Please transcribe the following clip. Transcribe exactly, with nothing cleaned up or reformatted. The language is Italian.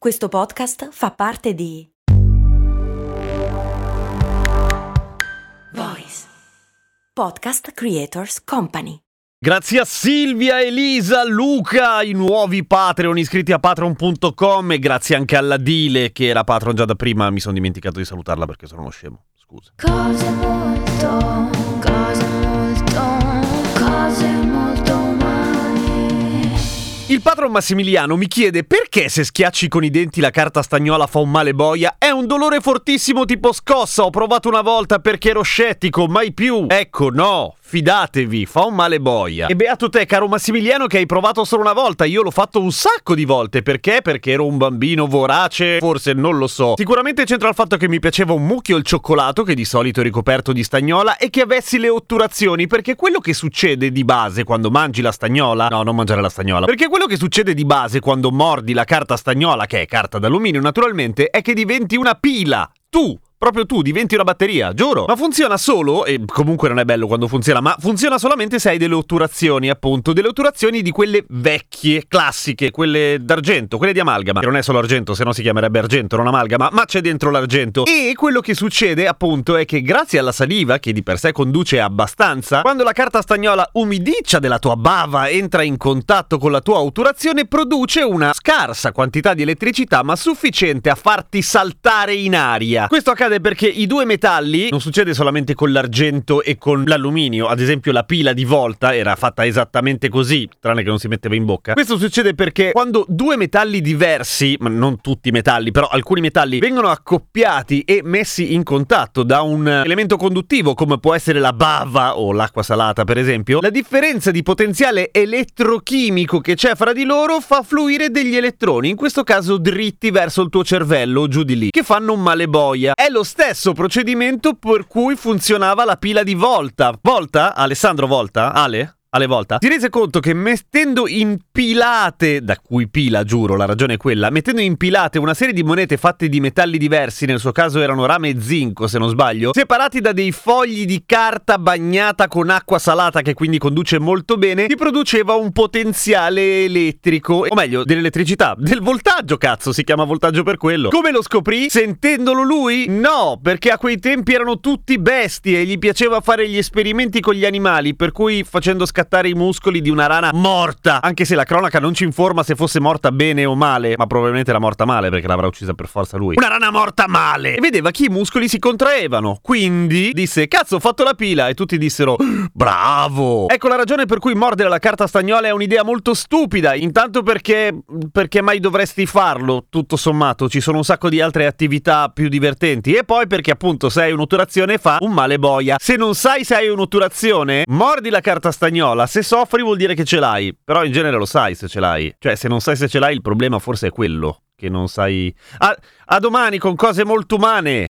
Questo podcast fa parte di Voice Podcast Creators Company. Grazie a Silvia, Elisa, Luca, i nuovi Patreon iscritti a patreon punto com, e grazie anche alla Dile che era Patreon già da prima. Mi sono dimenticato di salutarla perché sono uno scemo, scusa. Cose molto, cose molto, cose molto umane. Il patron Massimiliano mi chiede perché se schiacci con i denti la carta stagnola fa un male boia. È un dolore fortissimo tipo scossa, ho provato una volta perché ero scettico, mai più. Ecco, no, fidatevi, fa un male boia. E beato te, caro Massimiliano, che hai provato solo una volta. Io l'ho fatto un sacco di volte. Perché? Perché ero un bambino vorace? Forse, non lo so. Sicuramente c'entra il fatto che mi piaceva un mucchio il cioccolato, che di solito è ricoperto di stagnola, e che avessi le otturazioni, perché quello che succede di base quando mangi la stagnola... No, non mangiare la stagnola. Perché quello che succede di base quando mordi la carta stagnola, che è carta d'alluminio naturalmente, è che diventi una pila. Tu! Proprio tu diventi una batteria, giuro. Ma funziona solo, e comunque non è bello quando funziona, ma funziona solamente se hai delle otturazioni, appunto. Delle otturazioni di quelle vecchie, classiche, quelle d'argento, quelle di amalgama. Che non è solo argento, se no si chiamerebbe argento, non amalgama, ma c'è dentro l'argento. E quello che succede, appunto, è che grazie alla saliva, che di per sé conduce abbastanza, quando la carta stagnola umidiccia della tua bava entra in contatto con la tua otturazione, produce una scarsa quantità di elettricità, ma sufficiente a farti saltare in aria. Questo accade perché i due metalli, non succede solamente con l'argento e con l'alluminio, ad esempio la pila di Volta era fatta esattamente così, tranne che non si metteva in bocca. Questo succede perché quando due metalli diversi, ma non tutti i metalli, però alcuni metalli, vengono accoppiati e messi in contatto da un elemento conduttivo come può essere la bava o l'acqua salata per esempio, la differenza di potenziale elettrochimico che c'è fra di loro fa fluire degli elettroni, in questo caso dritti verso il tuo cervello o giù di lì, che fanno un male boia. È lo stesso procedimento per cui funzionava la pila di Volta. Volta? Alessandro Volta? Ale? Ale Volta? Si rese conto che mettendo impilate, da cui pila, giuro, la ragione è quella, mettendo impilate una serie di monete fatte di metalli diversi, nel suo caso erano rame e zinco se non sbaglio, separati da dei fogli di carta bagnata con acqua salata che quindi conduce molto bene, si produceva un potenziale elettrico, o meglio, dell'elettricità, del voltaggio, cazzo, si chiama voltaggio per quello. Come lo scoprì? Sentendolo lui? No, perché a quei tempi erano tutti bestie e gli piaceva fare gli esperimenti con gli animali, per cui facendo scattare i muscoli di una rana morta, anche se la cronaca non ci informa se fosse morta bene o male, ma probabilmente era morta male perché l'avrà uccisa per forza lui. Una rana morta male! E vedeva che i muscoli si contraevano, quindi disse cazzo ho fatto la pila, e tutti dissero bravo! Ecco la ragione per cui mordere la carta stagnola è un'idea molto stupida, intanto perché perché mai dovresti farlo, tutto sommato ci sono un sacco di altre attività più divertenti, e poi perché appunto se hai un'otturazione fa un male boia. Se non sai se hai un'otturazione, mordi la carta stagnola. Se soffri vuol dire che ce l'hai, però in genere lo sai se ce l'hai. Cioè, se non sai se ce l'hai, il problema forse è quello, che non sai... A, a domani con cose molto umane!